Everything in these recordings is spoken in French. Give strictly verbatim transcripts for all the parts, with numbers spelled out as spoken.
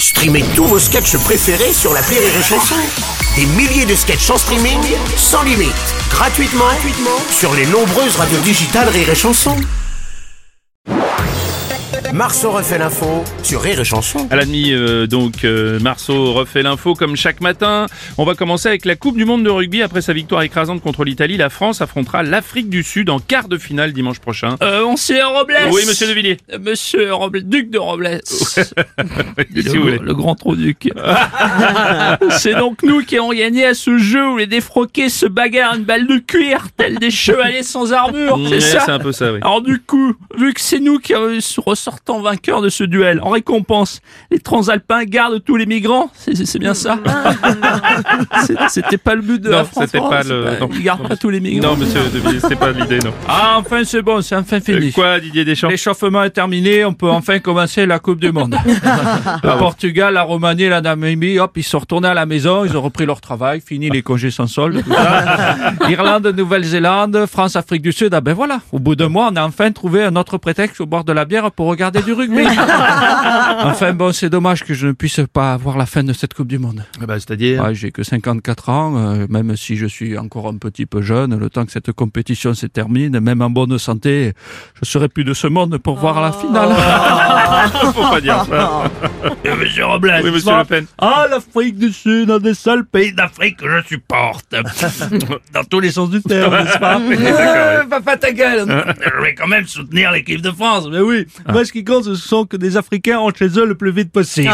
Streamez tous vos sketchs préférés sur l'appli Rire et Chanson. Des milliers de sketchs en streaming, sans limite, gratuitement, gratuitement sur les nombreuses radios digitales Rire et Chanson. Marceau refait l'info sur Rire et Chanson. À la demi, euh, donc, euh, Marceau refait l'info comme chaque matin. On va commencer avec la Coupe du Monde de rugby. Après sa victoire écrasante contre l'Italie, la France affrontera l'Afrique du Sud en quart de finale dimanche prochain. Euh, monsieur Robles. Oui, monsieur De Villiers. Euh, Monsieur Robles, duc de Robles. Si le, vous voulez. le grand trop-duc. C'est donc nous qui avons gagné à ce jeu où les défroqués se bagarrent une balle de cuir, tels des chevaliers sans armure. C'est Ouais, ça. c'est un peu ça, oui. Alors du coup, vu que c'est nous qui ressortons vainqueurs de ce duel, en récompense, les Transalpins gardent tous les migrants. C'est, c'est, c'est bien ça. C'est- C'était pas le but de Non, la France. c'était pas c'est le- non. Ils gardent pas tous les migrants. Non, monsieur De Villiers, c'était pas l'idée, non. Ah, enfin c'est bon, c'est enfin fini. Euh, quoi, Didier Deschamps? L'échauffement est terminé, on peut enfin commencer la Coupe du Monde. Le Portugal, la Roumanie, la Namibie, hop, ils sont retournés à la maison, ils ont repris leur travail, fini les congés sans solde, tout ça. Irlande, Nouvelle-Zélande, France, Afrique du Sud, ah ben voilà, au bout d'un mois, on a enfin trouvé un autre prétexte au bord de la bière pour regarder du rugby. Enfin bon, c'est dommage que je ne puisse pas voir la fin de cette Coupe du Monde. Bah, c'est-à-dire? Ouais, j'ai que cinquante-quatre ans, euh, même si je suis encore un petit peu jeune, le temps que cette compétition se termine, même en bonne santé, je serai plus de ce monde pour voir la finale. Faut pas dire ça. Et Monsieur Robles, Oui, monsieur Le Pen. Ah, l'Afrique du Sud, un des seuls pays d'Afrique que je supporte. Dans tous les sens du terme, n'est-ce pas? Euh, Papa ta gueule. Je vais quand même soutenir l'équipe de France, mais oui. Moi, ce qui compte, ce sont que des Africains rentrent chez eux le plus vite possible.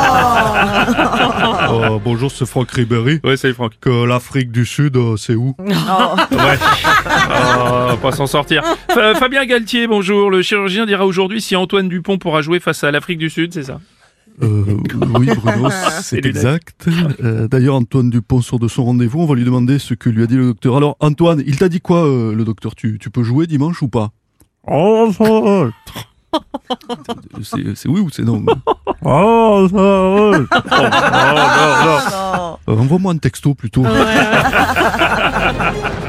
Euh, bonjour, c'est Franck Ribéry. Ouais, salut Franck. Que l'Afrique du Sud, euh, c'est où? Ouais. Oh, on va pas s'en sortir. Fa- Fabien Galtier, bonjour. Le chirurgien dira aujourd'hui si Antoine Dupont pourra jouer face à l'Afrique du Sud, c'est ça? euh, Oui, Bruno, c'est lunettes. exact. Euh, D'ailleurs, Antoine Dupont sort de son rendez-vous. On va lui demander ce que lui a dit le docteur. Alors, Antoine, il t'a dit quoi, euh, le docteur? tu, tu peux jouer dimanche ou pas? Oh, ça, C'est c'est oui ou c'est non? oh, ça, Euh, Envoie-moi un texto plutôt.